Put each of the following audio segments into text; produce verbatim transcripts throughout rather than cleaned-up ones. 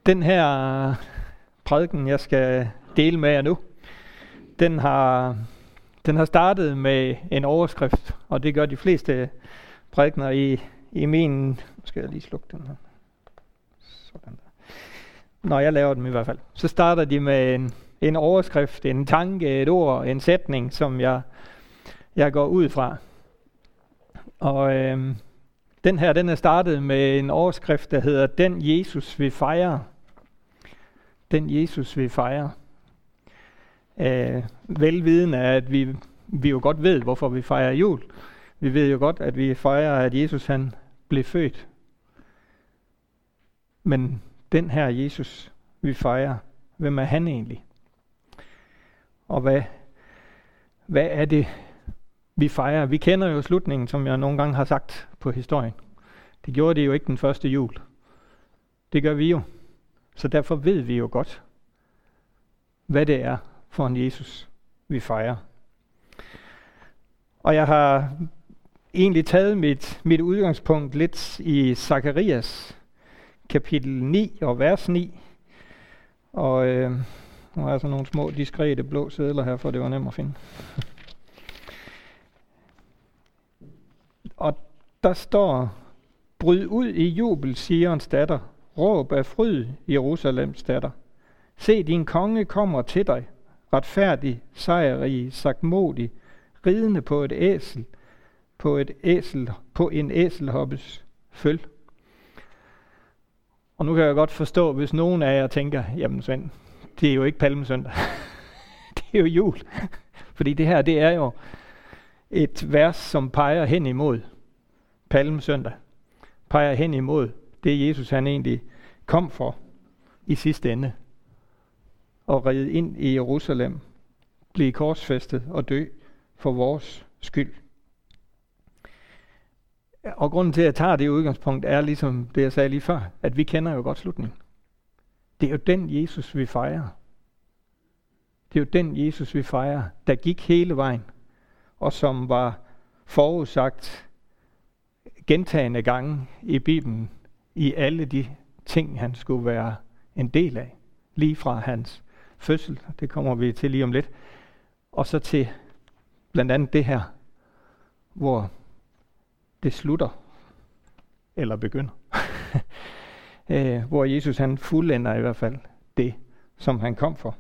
Den her prædiken, jeg skal dele med jer nu, den har, den har startet med en overskrift, og det gør de fleste prædikener i, i min... Nu skal jeg lige slukke den her. Sådan der. Når jeg laver dem i hvert fald. Så starter de med en, en overskrift, en tanke, et ord, en sætning, som jeg, jeg går ud fra. Og øhm, den her, den er startet med en overskrift, der hedder Den Jesus vi fejrer. Den Jesus vi fejrer. Øh, velvidende er, at vi, vi jo godt ved, hvorfor vi fejrer jul. Vi ved jo godt, at vi fejrer, at Jesus han blev født. Men den her Jesus, vi fejrer, hvem er han egentlig? Og hvad, hvad er det, vi fejrer? Vi kender jo slutningen, som jeg nogle gange har sagt på historien. Det gjorde det jo ikke den første jul. Det gør vi jo. Så derfor ved vi jo godt, hvad det er for en Jesus, vi fejrer. Og jeg har egentlig taget mit, mit udgangspunkt lidt i Zakarias kapitel ni og vers ni. Og øh, nu har jeg så nogle små diskrete blå sedler her, for det var nemt at finde. Og der står: Bryd ud i jubel, Sions datter. Råb af fryd, Jerusalems datter. Se, din konge kommer til dig, retfærdig, sejrrig, sagtmodig, ridende på et æsel, på et æsel, på en æselhoppes føl. Og nu kan jeg godt forstå, hvis nogen af jer tænker, jamen Svend, det er jo ikke palmesøndag. Det er jo jul. Fordi det her, det er jo et vers, som peger hen imod palmesøndag. Peger hen imod det, Jesus han egentlig kom for i sidste ende. Og ride ind i Jerusalem, blive korsfæstet og dø for vores skyld. Og grunden til, at jeg tager det udgangspunkt, er ligesom det, jeg sagde lige før, at vi kender jo godt slutningen. Det er jo den Jesus, vi fejrer. Det er jo den Jesus, vi fejrer, der gik hele vejen, og som var forudsagt gentagne gange i Bibelen, i alle de ting, han skulle være en del af. Lige fra hans fødsel, det kommer vi til lige om lidt, og så til blandt andet det her, hvor det slutter, eller begynder. øh, hvor Jesus han fuldender i hvert fald det, som han kom for.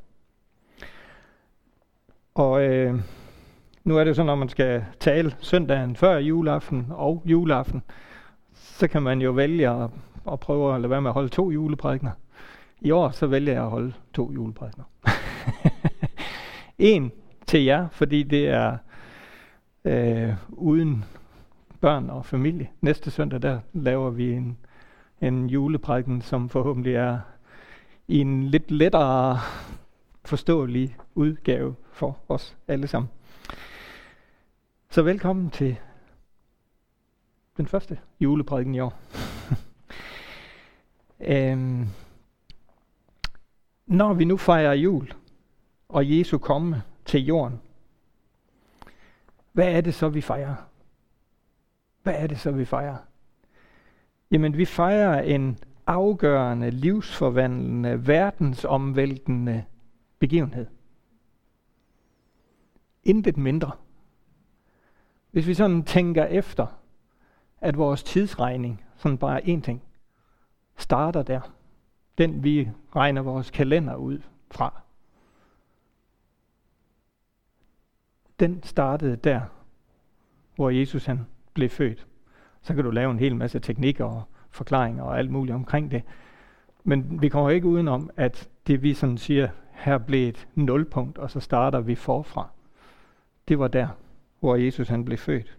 Og øh, nu er det jo sådan, når man skal tale søndagen før juleaften og juleaften, så kan man jo vælge at, at prøve at lade være med at holde to juleprædikener. I år så vælger jeg at holde to juleprædikener. En til jer, fordi det er øh, uden børn og familie. Næste søndag, der laver vi en, en juleprædiken, som forhåbentlig er i en lidt lettere forståelig udgave for os alle sammen. Så velkommen til den første juleprædiken i år. øhm, når vi nu fejrer jul, og Jesu komme til jorden, hvad er det så, vi fejrer? Hvad er det så, vi fejrer? Jamen, vi fejrer en afgørende, livsforvandlende, verdensomvæltende begivenhed. Intet mindre. Hvis vi sådan tænker efter, at vores tidsregning, sådan bare én ting, starter der. Den vi regner vores kalender ud fra. Den startede der, hvor Jesus han blev født. Så kan du lave en hel masse teknikker og forklaringer og alt muligt omkring det. Men vi kommer ikke udenom, at det vi sådan siger, her blev et nulpunkt, og så starter vi forfra. Det var der, hvor Jesus han blev født.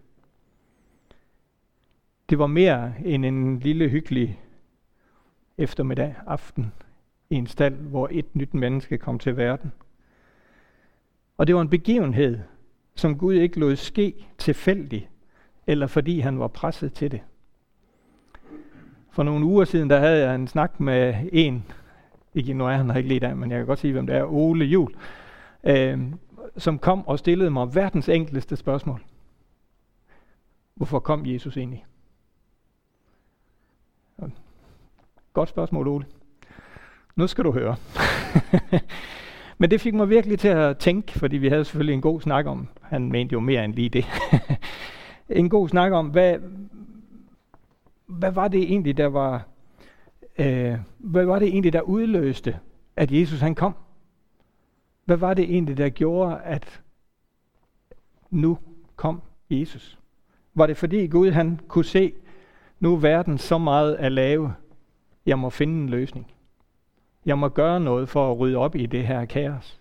Det var mere end en lille hyggelig eftermiddag, aften, i en stald, hvor et nyt menneske kom til verden. Og det var en begivenhed, som Gud ikke lod ske tilfældigt, eller fordi han var presset til det. For nogle uger siden, der havde jeg en snak med en, ikke nu er han her ikke lige i dag, men jeg kan godt sige, hvem det er, Ole Juhl, øh, som kom og stillede mig verdens enkleste spørgsmål. Hvorfor kom Jesus egentlig? Godt spørgsmål, Ole. Nu skal du høre. Men det fik mig virkelig til at tænke, fordi vi havde selvfølgelig en god snak om, han mente jo mere end lige det. En god snak om, hvad, hvad var det egentlig, der var, øh, hvad var det egentlig, der udløste, at Jesus han kom? Hvad var det egentlig, der gjorde, at nu kom Jesus? Var det fordi Gud han kunne se, nu er verden så meget at lave, jeg må finde en løsning. Jeg må gøre noget for at rydde op i det her kaos.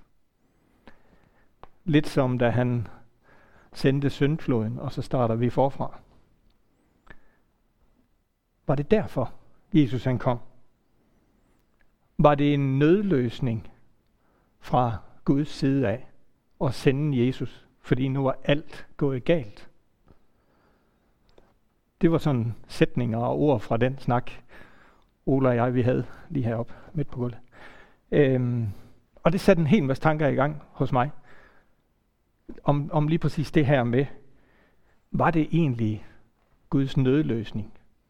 Lidt som da han sendte syndfloden, og så starter vi forfra. Var det derfor, Jesus han kom? Var det en nødløsning fra Guds side af at sende Jesus, fordi nu var alt gået galt? Det var sådan sætninger og ord fra den snak, Ola og jeg, vi havde lige heroppe midt på gulvet. Øhm, og det satte en hel masse tanker i gang hos mig, om, om lige præcis det her med, var det egentlig Guds nødløsning?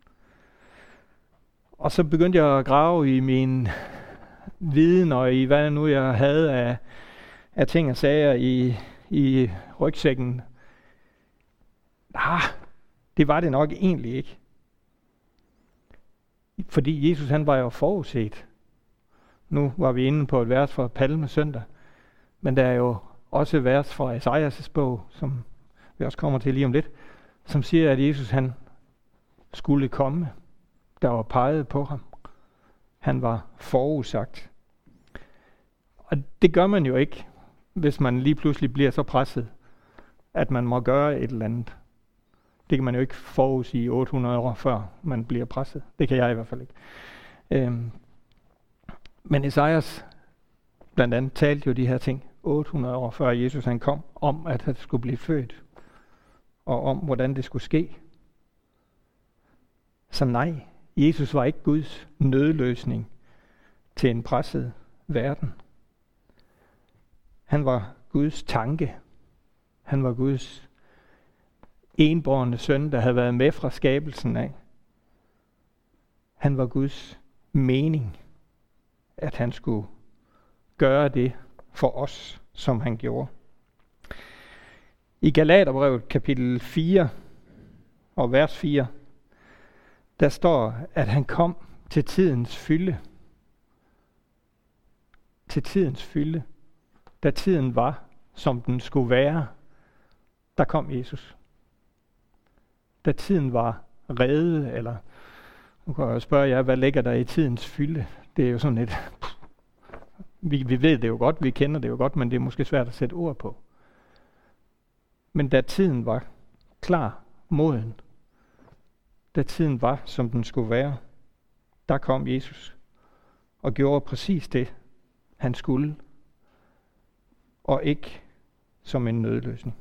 Og så begyndte jeg at grave i min viden, og i hvad nu jeg havde af, af ting og sager i, i rygsækken. Ah, det var det nok egentlig ikke. Fordi Jesus han var jo forudset. Nu var vi inde på et vers fra Palmesøndag, men der er jo også et vers fra Esajas' bog, som vi også kommer til lige om lidt, som siger, at Jesus han skulle komme. Der var peget på ham. Han var forudsagt. Og det gør man jo ikke, hvis man lige pludselig bliver så presset, at man må gøre et eller andet. Det kan man jo ikke forudsige otte hundrede år før man bliver presset. Det kan jeg i hvert fald ikke. Øhm. Men Esajas blandt andet talte jo de her ting otte hundrede år før Jesus han kom, om at han skulle blive født, og om hvordan det skulle ske. Så nej, Jesus var ikke Guds nødløsning til en presset verden. Han var Guds tanke. Han var Guds enbårne søn, der havde været med fra skabelsen af. Han var Guds mening, at han skulle gøre det for os, som han gjorde. I Galaterbrevet kapitel fire og vers fire, der står, at han kom til tidens fylde. Til tidens fylde. Da tiden var, som den skulle være, der kom Jesus. Da tiden var reddet, eller nu kan jeg spørge jer, hvad ligger der i tidens fylde? Det er jo sådan et, vi, vi ved det jo godt, vi kender det jo godt, men det er måske svært at sætte ord på. Men da tiden var klar, moden, da tiden var, som den skulle være, der kom Jesus og gjorde præcis det, han skulle, og ikke som en nødløsning.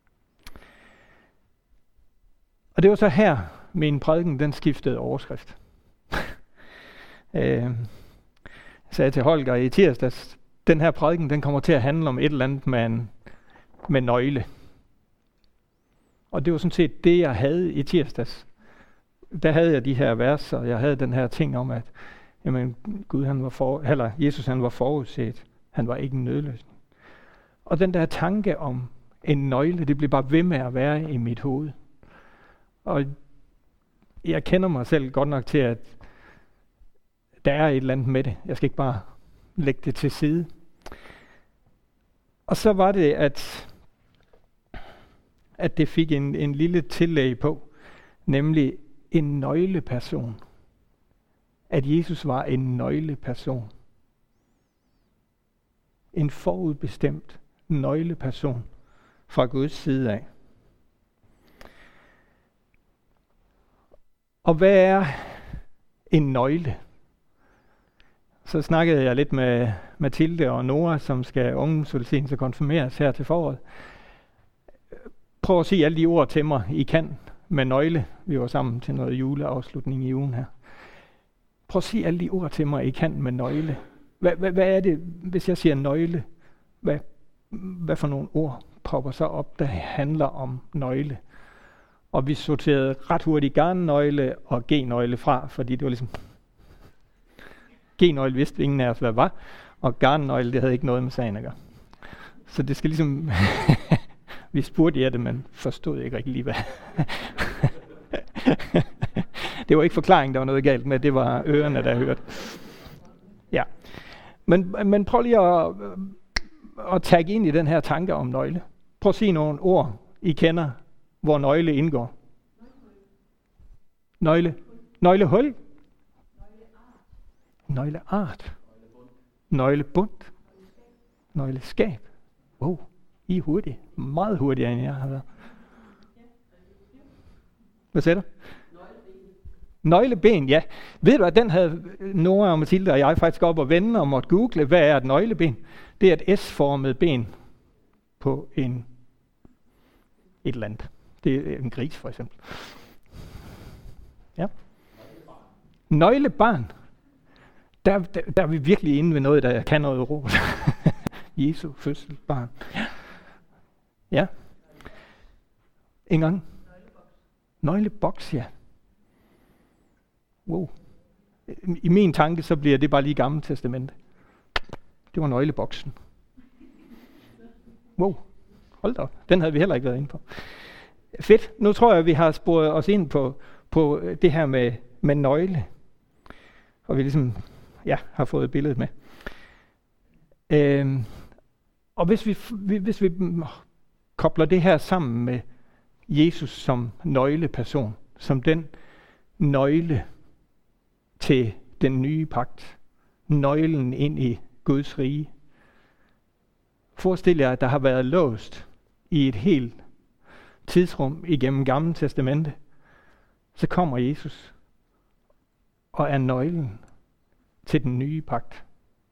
Og det var så her, min prædiken, den skiftede overskrift. øh, jeg sagde til Holger i tirsdags, den her prædiken, den kommer til at handle om et eller andet med, en, med nøgle. Og det var sådan set det, jeg havde i tirsdags. Der havde jeg de her vers, og jeg havde den her ting om, at jamen, Gud, han var for, eller Jesus han var forudset. Han var ikke en nødløsning. Og den der tanke om en nøgle, det blev bare ved med at være i mit hoved. Og jeg kender mig selv godt nok til, at der er et eller andet med det. Jeg skal ikke bare lægge det til side. Og så var det, at, at det fik en, en lille tillæg på, nemlig en nøgleperson. At Jesus var en nøgleperson. En forudbestemt nøgleperson fra Guds side af. Og hvad er en nøgle? Så snakkede jeg lidt med Mathilde og Nora, som skal ungdomsvelsignes og konfirmeres her til foråret. Prøv at sige alle de ord til mig, I kan med nøgle. Vi var sammen til noget juleafslutning i ugen her. Prøv at sige alle de ord til mig, I kan med nøgle. Hvad, hvad, hvad er det, hvis jeg siger nøgle? Hvad, hvad for nogle ord popper så op, der handler om nøgle? Og vi sorterede ret hurtigt garnnøgle og g-nøgle fra, fordi det var ligesom... G-nøgle vidste ingen af os, hvad var, og garnnøgle, det havde ikke noget med sagen at gøre. Så det skal ligesom, vi spurgte jer det, men forstod ikke rigtig lige, hvad. Det var ikke forklaringen, der var noget galt med, det var ørerne, der hørte. Ja, men, men prøv lige at, at tage ind i den her tanke om nøgle. Prøv at sige nogle ord, I kender, hvor nøgle indgår. Nøgle. Nøglehul. Nøgleart. Nøglebund. Nøgleskab. Wow, I er hurtige. Meget hurtigere, end jeg har været. Hvad siger du? Nøgleben, ja. Ved du, at den havde Nora og Mathilde og jeg faktisk op og vende og måtte google, hvad er et nøgleben? Det er et S-formet ben på en et eller andet. Det er en gris for eksempel. Ja. Nøglebarn. Der, der, der er vi virkelig inde ved noget, der kan noget råd. Jesu fødselsbarn. Ja. Ja. En gang. Nøgleboks, ja. Wow. I min tanke, så bliver det bare lige Gamle Testamente. Det var nøgleboksen. Wow. Hold da op. Den havde vi heller ikke været inde på. Fedt. Nu tror jeg, vi har sporet os ind på, på det her med, med nøgle. Og vi ligesom ja, har fået billedet med. Øhm, og hvis vi, hvis vi kobler det her sammen med Jesus som nøgleperson, som den nøgle til den nye pagt, nøglen ind i Guds rige. Forestil jer, at der har været låst i et helt tidsrum igennem Gamle Testamente. Så kommer Jesus og er nøglen til den nye pagt.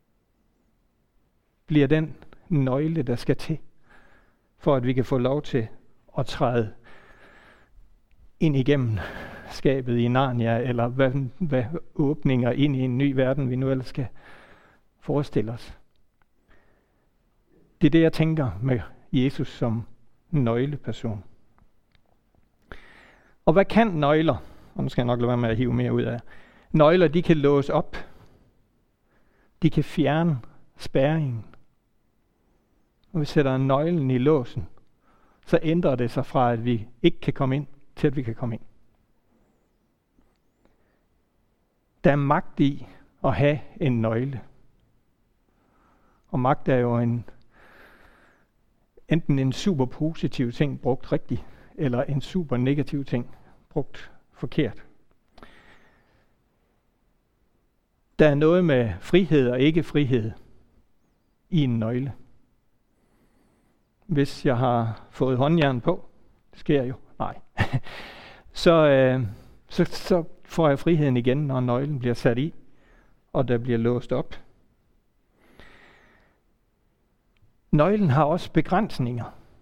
Bliver den nøgle, der skal til, for at vi kan få lov til at træde ind igennem skabet i Narnia, eller hvad, hvad åbninger ind i en ny verden, vi nu ellers skal forestille os. Det er det, jeg tænker med Jesus som nøgleperson. Og hvad kan nøgler? Og nu skal jeg nok lade være med at hive mere ud af. Nøgler, de kan låse op. De kan fjerne spærringen. Når vi sætter nøglen i låsen, så ændrer det sig fra, at vi ikke kan komme ind, til at vi kan komme ind. Der er magt i at have en nøgle. Og magt er jo en, enten en super positiv ting brugt rigtigt, eller en super negativ ting brugt forkert. Der er noget med frihed og ikke frihed i en nøgle. Hvis jeg har fået håndjern på, det sker jo, nej, så, øh, så, så får jeg friheden igen, når nøglen bliver sat i, og der bliver låst op. Nøglen har også begrænsninger.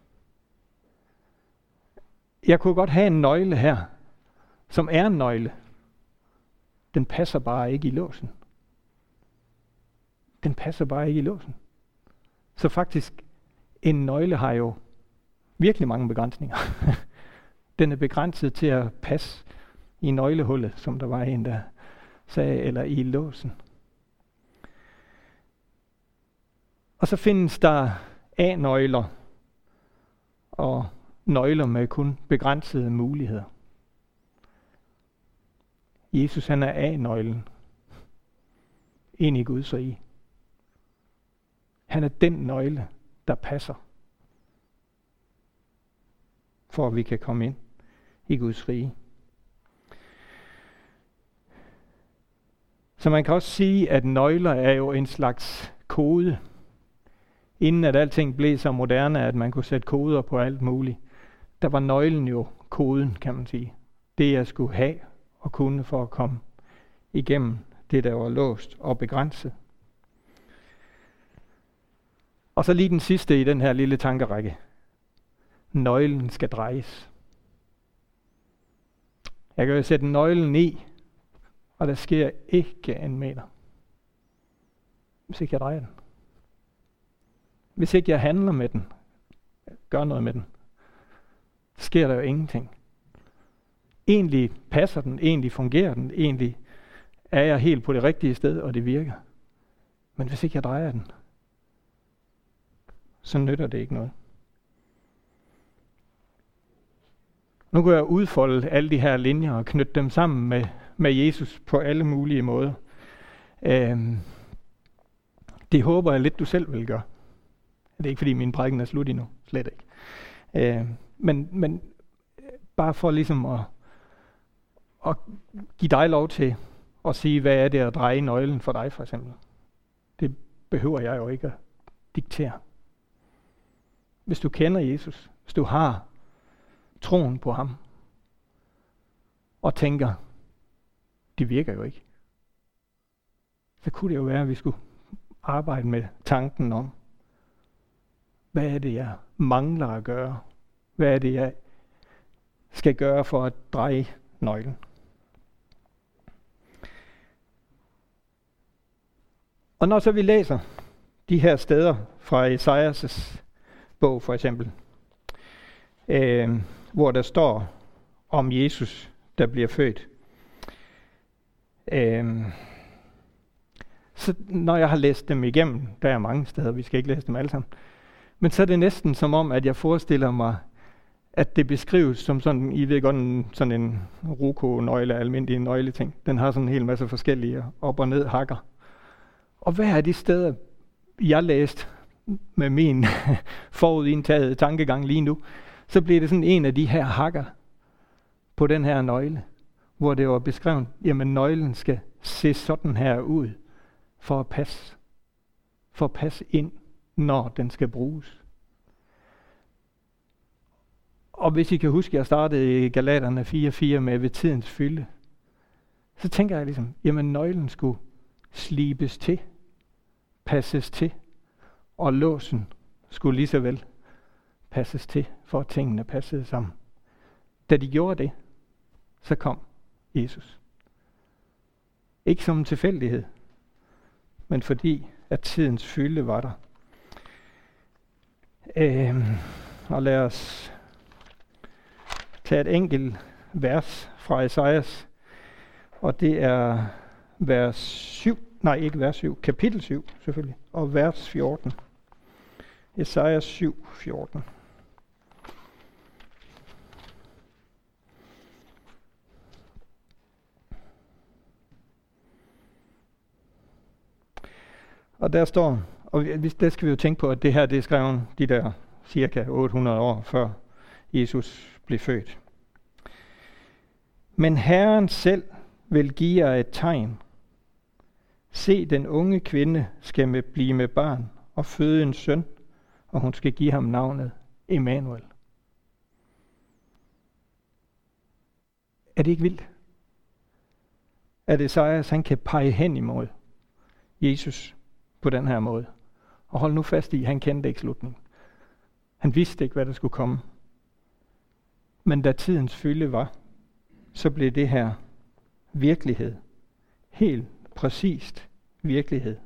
Jeg kunne godt have en nøgle her, som er en nøgle. Den passer bare ikke i låsen. Den passer bare ikke i låsen. Så faktisk, en nøgle har jo virkelig mange begrænsninger. Den er begrænset til at passe i nøglehullet, som der var en, der sagde, eller i låsen. Og så findes der A-nøgler og nøgler med kun begrænsede muligheder. Jesus, han er A-nøglen ind i Guds rige. Han er den nøgle, der passer, for at vi kan komme ind i Guds rige. Så man kan også sige, at nøgler er jo en slags kode. Inden at alting blev så moderne, at man kunne sætte koder på alt muligt, der var nøglen jo koden, kan man sige. Det jeg skulle have og kunne for at komme igennem det, der var låst og begrænset. Og så lige den sidste i den her lille tankerække. Nøglen skal drejes. Jeg kan jo sætte nøglen i, og der sker ikke en meter, hvis ikke jeg drejer den. Hvis ikke jeg handler med den, gør noget med den, så sker der jo ingenting. Egentlig passer den, egentlig fungerer den, egentlig er jeg helt på det rigtige sted, og det virker. Men hvis ikke jeg drejer den, så nytter det ikke noget. Nu kan jeg udfolde alle de her linjer og knytte dem sammen med, med Jesus på alle mulige måder. Øhm, det håber jeg lidt, du selv vil gøre. Det er ikke, fordi min prædiken er slut endnu. Slet ikke. Øhm, men, men bare for ligesom at, at give dig lov til at sige, hvad er det at dreje nøglen for dig, for eksempel. Det behøver jeg jo ikke at diktere. Hvis du kender Jesus, hvis du har troen på ham, og tænker, det virker jo ikke, så kunne det jo være, at vi skulle arbejde med tanken om, hvad er det, jeg mangler at gøre? Hvad er det, jeg skal gøre for at dreje nøglen? Og når så vi læser de her steder fra Esajas' bog for eksempel, øh, hvor der står om Jesus, der bliver født. Øh, så når jeg har læst dem igennem, der er mange steder, vi skal ikke læse dem alle sammen, men så er det næsten som om, at jeg forestiller mig, at det beskrives som sådan, I ved godt, en, sådan en roko-nøgle, almindelig nøgleting. Den har sådan en hel masse forskellige op- og ned hakker. Og hvad er de steder, jeg læste med min forudindtagede tankegang lige nu, så bliver det sådan en af de her hakker på den her nøgle, hvor det var beskrevet, jamen nøglen skal se sådan her ud, for at passe, for at passe ind, når den skal bruges. Og hvis I kan huske, jeg startede i Galaterne fire fire med ved tidens fylde, så tænker jeg ligesom, jamen nøglen skulle slibes til, passes til, og låsen skulle lige så vel passes til, for at tingene passede sammen. Da de gjorde det, så kom Jesus. Ikke som en tilfældighed, men fordi, at tidens fylde var der. Øhm, og lad os tage et enkelt vers fra Esajas, og det er vers syv, nej ikke vers syv, kapitel syv selvfølgelig, og vers fjorten. Esajas syv, fjorten. Og der står, og der skal vi jo tænke på, at det her det er skrevet de der cirka otte hundrede år før Jesus blev født. Men Herren selv vil give jer et tegn. Se, den unge kvinde skal med blive med barn og føde en søn, og hun skal give ham navnet Emmanuel. Er det ikke vildt? At Esajas han kan pege hen imod Jesus på den her måde. Og hold nu fast i, han kendte ikke slutningen. Han vidste ikke, hvad der skulle komme. Men da tidens fylde var, så blev det her virkelighed. Helt præcist virkelighed.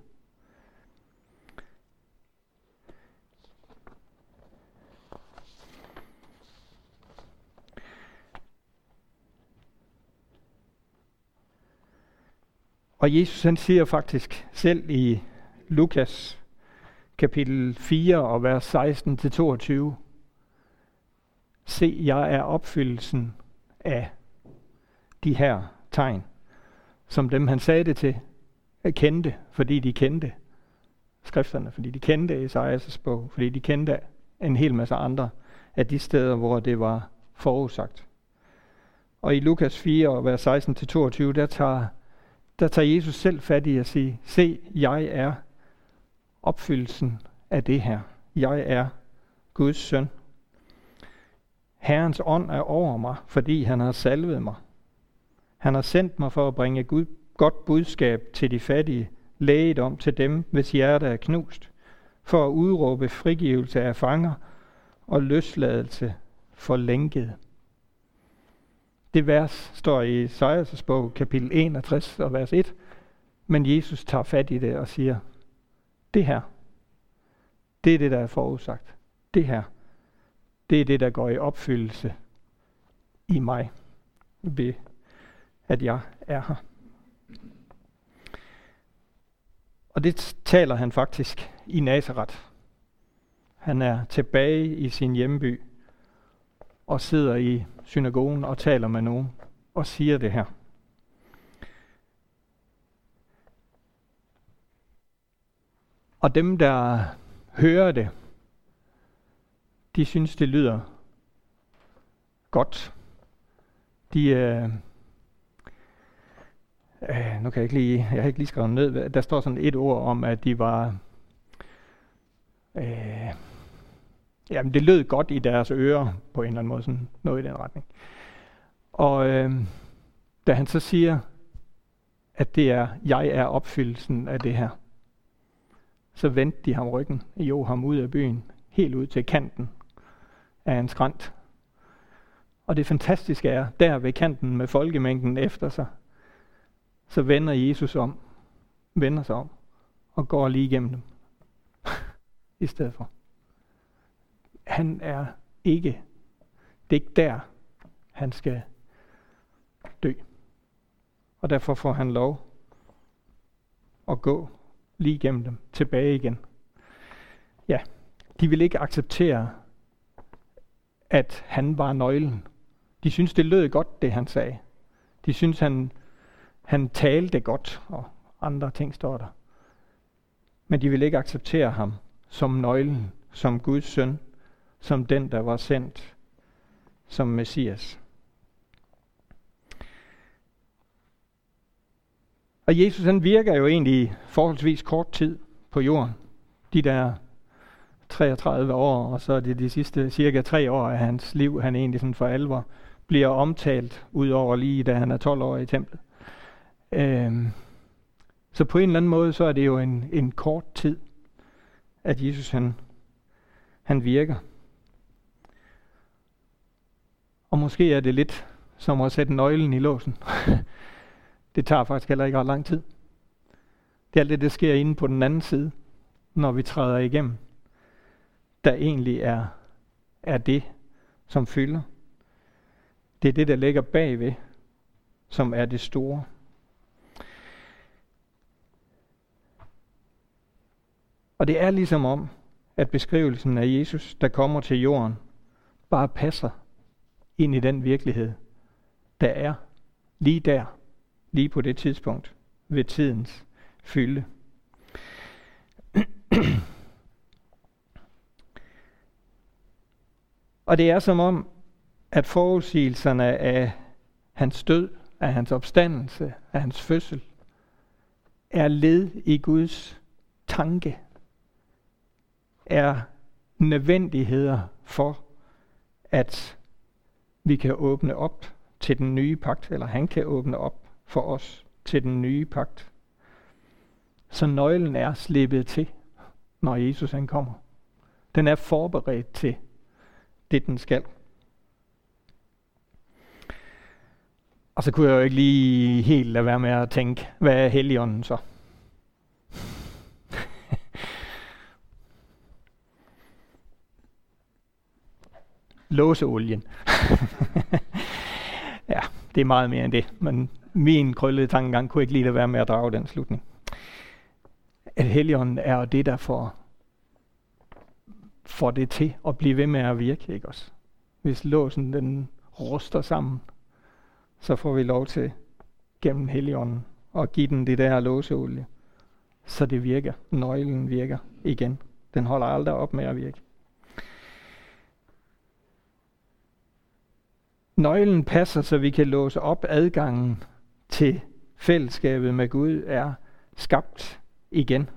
Og Jesus han siger faktisk selv i Lukas kapitel fire og vers seksten til toogtyve. Se, jeg er opfyldelsen af de her tegn, som dem han sagde det til, kendte, fordi de kendte skrifterne, fordi de kendte Esajas' bog, fordi de kendte en hel masse andre af de steder, hvor det var forudsagt. Og i Lukas fire og vers seksten til toogtyve, der tager, der tager Jesus selv fat i at sige, se, jeg er opfyldelsen af det her. Jeg er Guds søn. Herrens ånd er over mig, fordi han har salvet mig. Han har sendt mig for at bringe Gud, godt budskab til de fattige, lægedom til dem, hvis hjerte er knust, for at udråbe frigivelse af fanger og løsladelse for lænkede. Det vers står i Esajas' bog, kapitel enogtres og vers et, men Jesus tager fat i det og siger, det her, det er det, der er forudsagt. Det her, det er det, der går i opfyldelse i mig, ved at jeg er her. Og det taler han faktisk i Nazareth. Han er tilbage i sin hjemby og sidder i synagogen og taler med nogen og siger det her. Og dem, der hører det, de synes, det lyder godt. De, øh, øh, nu kan jeg ikke lige, jeg har ikke lige skrevet ned, der står sådan et ord om, at de var, øh, jamen det lød godt i deres ører på en eller anden måde, sådan noget i den retning. Og øh, da han så siger, at det er, jeg er opfyldelsen af det her, så vendte de ham ryggen, jo ham ud af byen, helt ud til kanten af en skrænt. Og det fantastiske er, der ved kanten med folkemængden efter sig, så vender Jesus om, vender sig om, og går lige igennem dem. I stedet for. Han er ikke, det er ikke der, han skal dø. Og derfor får han lov at gå lige igennem dem, tilbage igen. Ja, de vil ikke acceptere, at han var nøglen. De synes, det lød godt, det han sagde. De synes, han, han talte godt, og andre ting står der. Men de vil ikke acceptere ham som nøglen, som Guds søn, som den, der var sendt som Messias. Og Jesus, han virker jo egentlig forholdsvis kort tid på jorden. De der treogtredive år, og så er det de sidste cirka tre år af hans liv, han egentlig sådan for alvor bliver omtalt, udover lige da han er tolv år i templet. Øhm, så på en eller anden måde, så er det jo en, en kort tid, at Jesus han, han virker. Og måske er det lidt som at sætte nøglen i låsen. Det tager faktisk heller ikke ret lang tid. Det er alt det, der sker inde på den anden side, når vi træder igennem, der egentlig er, er det, som fylder. Det er det, der ligger bagved, som er det store. Og det er ligesom om, at beskrivelsen af Jesus, der kommer til jorden, bare passer ind i den virkelighed, der er lige der, lige på det tidspunkt, ved tidens fylde. Og det er som om, at forudsigelserne af hans død, af hans opstandelse, af hans fødsel, er led i Guds tanke, er nødvendigheder for, at vi kan åbne op til den nye pagt, eller han kan åbne op for os til den nye pagt. Så nøglen er slippet til, når Jesus han kommer. Den er forberedt til det, den skal. Og så kunne jeg jo ikke lige helt lade være med at tænke, hvad er Helligånden så? Låseolien. Ja, det er meget mere end det, men min krøllede tankegang kunne ikke lige lade være med at drage den slutning. At Helligånden er det, der får, får det til at blive ved med at virke, ikke også? Hvis låsen den ruster sammen, så får vi lov til gennem Helligånden at give den det der låseolie, så det virker. Nøglen virker igen. Den holder aldrig op med at virke. Nøglen passer, så vi kan låse op. Adgangen til fællesskabet med Gud er skabt igen.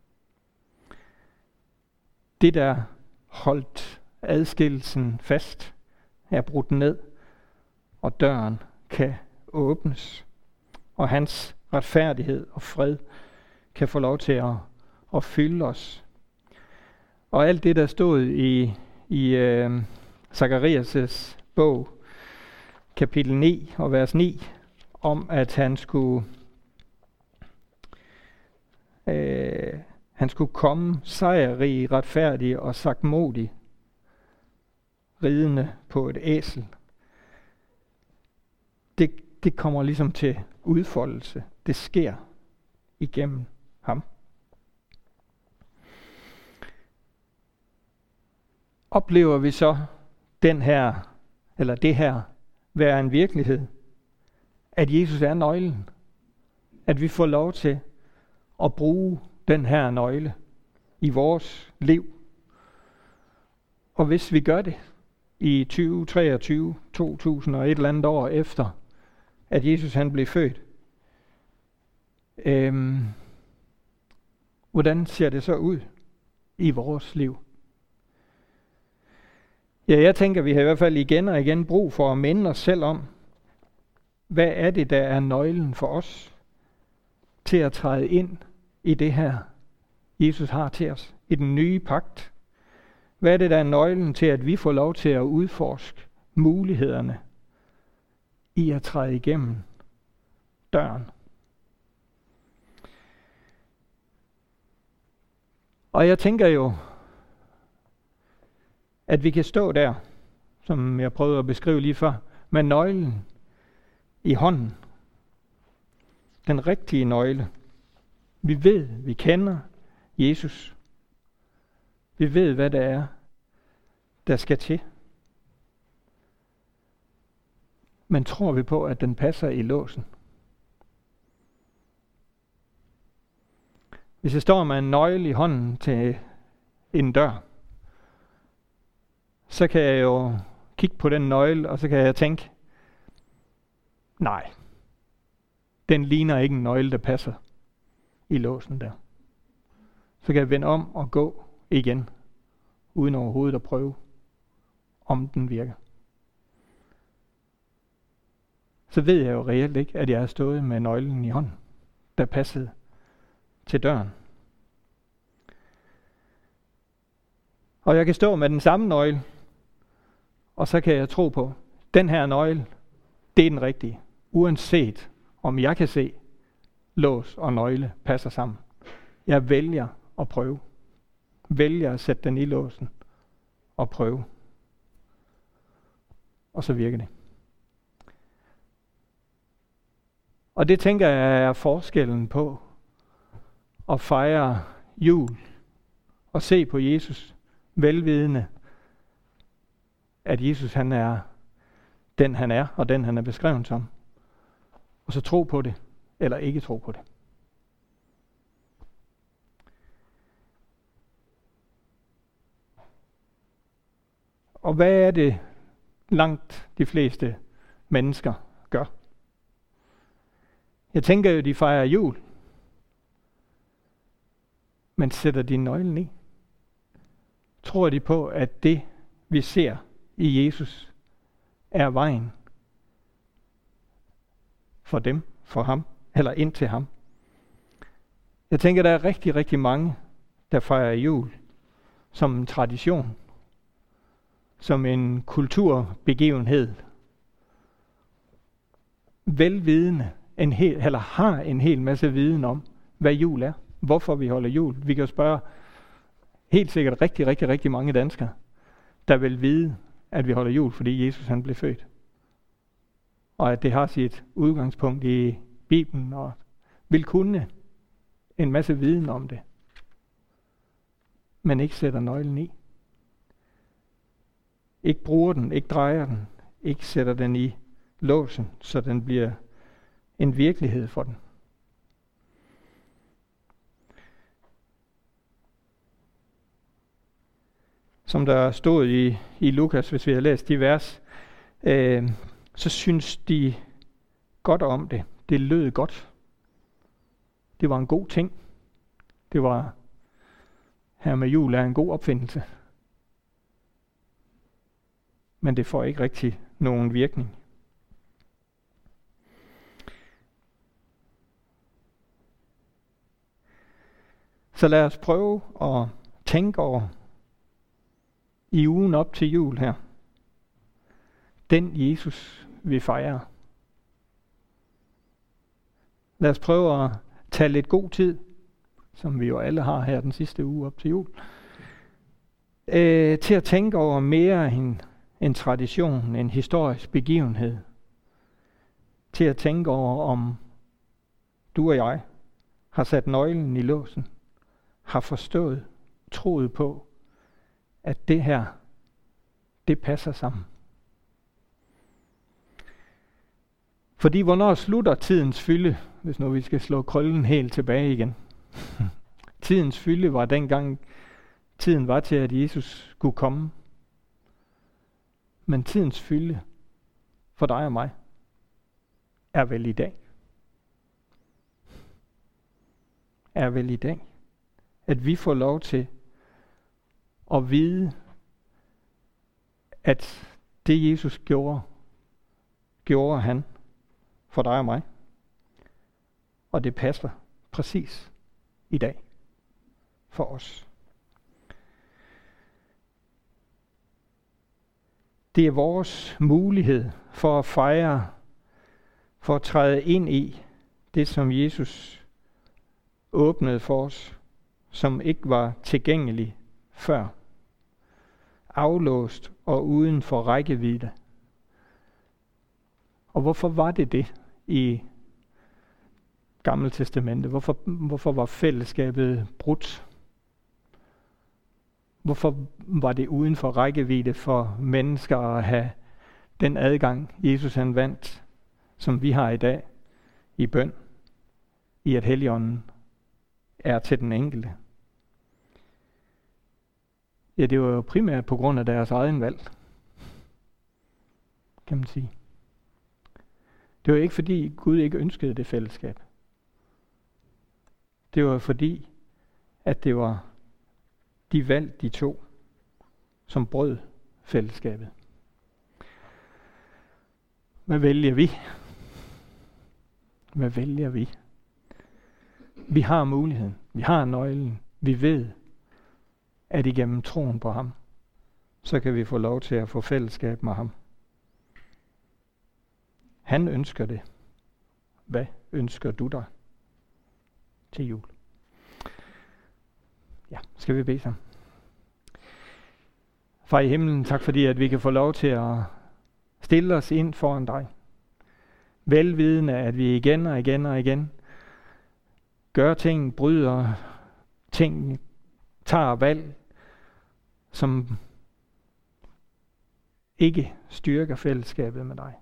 Det, der holdt adskillelsen fast, er brudt ned, og døren kan åbnes. Og hans retfærdighed og fred kan få lov til at, at fylde os. Og alt det, der stod i, i øh, Zakarias' bog, kapitel ni og vers ni, om at han skulle øh, han skulle komme sejrrig, retfærdig og sagtmodig, ridende på et æsel. Det, det kommer ligesom til udfoldelse. Det sker igennem ham. oplever vi så den her, eller det her, være en virkelighed, at Jesus er nøglen. At vi får lov til at bruge den her nøgle i vores liv. Og hvis vi gør det i tyve treogtyve, to tusind og et eller andet år efter, at Jesus han blev født, øhm, hvordan ser det så ud i vores liv? Ja, jeg tænker, vi har i hvert fald igen og igen brug for at minde os selv om, hvad er det, der er nøglen for os til at træde ind i det her, Jesus har til os, i den nye pagt. Hvad er det, der er nøglen til, at vi får lov til at udforske mulighederne i at træde igennem døren? Og jeg tænker jo, at vi kan stå der, som jeg prøvede at beskrive lige før, med nøglen i hånden. Den rigtige nøgle. Vi ved, vi kender Jesus. Vi ved, hvad det er, der skal til. Men tror vi på, at den passer i låsen? Hvis jeg står med en nøgle i hånden til en dør, så kan jeg jo kigge på den nøgle, og så kan jeg tænke, nej, den ligner ikke en nøgle, der passer i låsen der. Så kan jeg vende om og gå igen, uden overhovedet at prøve, om den virker. Så ved jeg jo reelt ikke, at jeg har stået med nøglen i hånden, der passede til døren. Og jeg kan stå med den samme nøgle, og så kan jeg tro på, den her nøgle, det er den rigtige. Uanset om jeg kan se, lås og nøgle passer sammen. Jeg vælger at prøve. Vælger at sætte den i låsen og prøve. Og så virker det. Og det tænker jeg er forskellen på at fejre jul og se på Jesus velvidende, at Jesus han er den han er, og den han er beskrevet som. Og så tro på det, eller ikke tro på det. Og hvad er det langt de fleste mennesker gør? Jeg tænker jo, de fejrer jul. Men sætter de nøglen i? Tror de på, at det vi ser i Jesus er vejen for dem, for ham, eller ind til ham? Jeg tænker, der er rigtig, rigtig mange, der fejrer jul som en tradition, som en kulturbegivenhed, velvidende, en hel, eller har en hel masse viden om, hvad jul er, hvorfor vi holder jul. Vi kan jo spørge helt sikkert rigtig, rigtig, rigtig mange danskere, der vil vide, at vi holder jul, fordi Jesus han blev født. Og at det har sit udgangspunkt i Bibelen, og vil kunne en masse viden om det, men ikke sætter nøglen i. Ikke bruger den, ikke drejer den, ikke sætter den i låsen, så den bliver en virkelighed for den. Som der stod i, i Lukas, hvis vi har læst de vers, øh, så synes de godt om det. Det lød godt. Det var en god ting. Det var, her med jul er en god opfindelse. Men det får ikke rigtig nogen virkning. Så lad os prøve at tænke over i ugen op til jul her. Den Jesus, vi fejrer. Lad os prøve at tage lidt god tid, som vi jo alle har her den sidste uge op til jul, øh, til at tænke over mere en, en tradition, en historisk begivenhed. Til at tænke over, om du og jeg har sat nøglen i låsen, har forstået, troet på, at det her, det passer sammen. Fordi hvornår slutter tidens fylde, hvis nu vi skal slå krøllen helt tilbage igen? Tidens fylde var dengang, tiden var til, at Jesus skulle komme. Men tidens fylde for dig og mig er vel i dag. Er vel i dag. At vi får lov til at vide, at det Jesus gjorde, gjorde han for dig og mig. Og det passer præcis i dag for os. Det er vores mulighed for at fejre, for at træde ind i det, som Jesus åbnede for os, som ikke var tilgængelig før. Aflåst og uden for rækkevidde. Og hvorfor var det det i Gamle Testamente? Hvorfor, hvorfor var fællesskabet brudt? Hvorfor var det uden for rækkevidde for mennesker at have den adgang, Jesus han vandt, som vi har i dag, i bøn, i at Helligånden er til den enkelte? Ja, det var jo primært på grund af deres egen valg, kan man sige. Det var ikke fordi Gud ikke ønskede det fællesskab. Det var fordi, at det var de valg, de tog, som brød fællesskabet. Hvad vælger vi? Hvad vælger vi? Vi har muligheden. Vi har nøglen. Vi ved, at igennem troen på ham, så kan vi få lov til at få fællesskab med ham. Han ønsker det. Hvad ønsker du dig til jul? Ja, skal vi bede sammen. Far i himlen, tak fordi, at vi kan få lov til at stille os ind foran dig. Velvidende, at vi igen og igen og igen gør ting, bryder ting, tager valg, som ikke styrker fællesskabet med dig.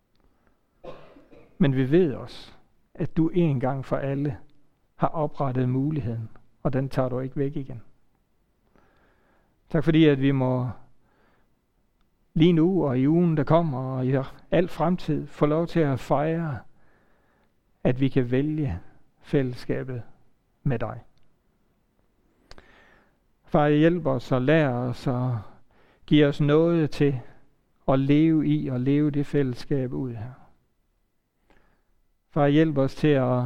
Men vi ved også, at du en gang for alle har oprettet muligheden, og den tager du ikke væk igen. Tak fordi, at vi må lige nu og i ugen, der kommer, og i al fremtid, få lov til at fejre, at vi kan vælge fællesskabet med dig. Far, hjælp os og lær os og giv os noget til at leve i og leve det fællesskab ud her. Far, hjælp os til at,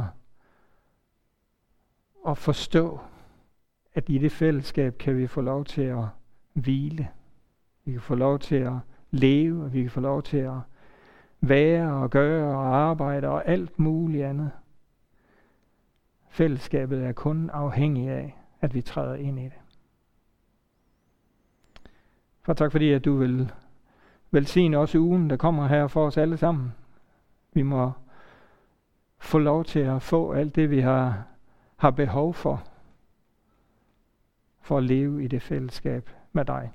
at forstå, at i det fællesskab kan vi få lov til at hvile. Vi kan få lov til at leve, og vi kan få lov til at være og gøre og arbejde og alt muligt andet. Fællesskabet er kun afhængig af, at vi træder ind i det. For tak fordi, at du vil velsigne os i ugen, der kommer her for os alle sammen. Vi må få lov til at få alt det, vi har, har behov for, for at leve i det fællesskab med dig.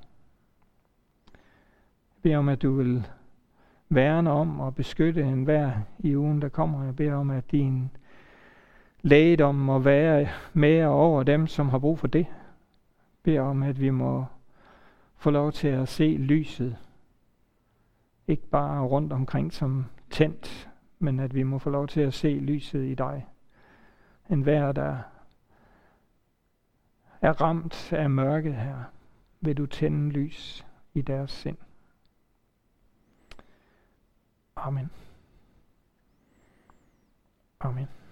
Jeg beder om, at du vil værne om og beskytte enhver i ugen, der kommer. Jeg beder om, at din lægedom må være med og over dem, som har brug for det. Jeg beder om, at vi må få lov til at se lyset. Ikke bare rundt omkring som tændt, men at vi må få lov til at se lyset i dig. Enhver, der er ramt af mørket her, vil du tænde lys i deres sind. Amen. Amen.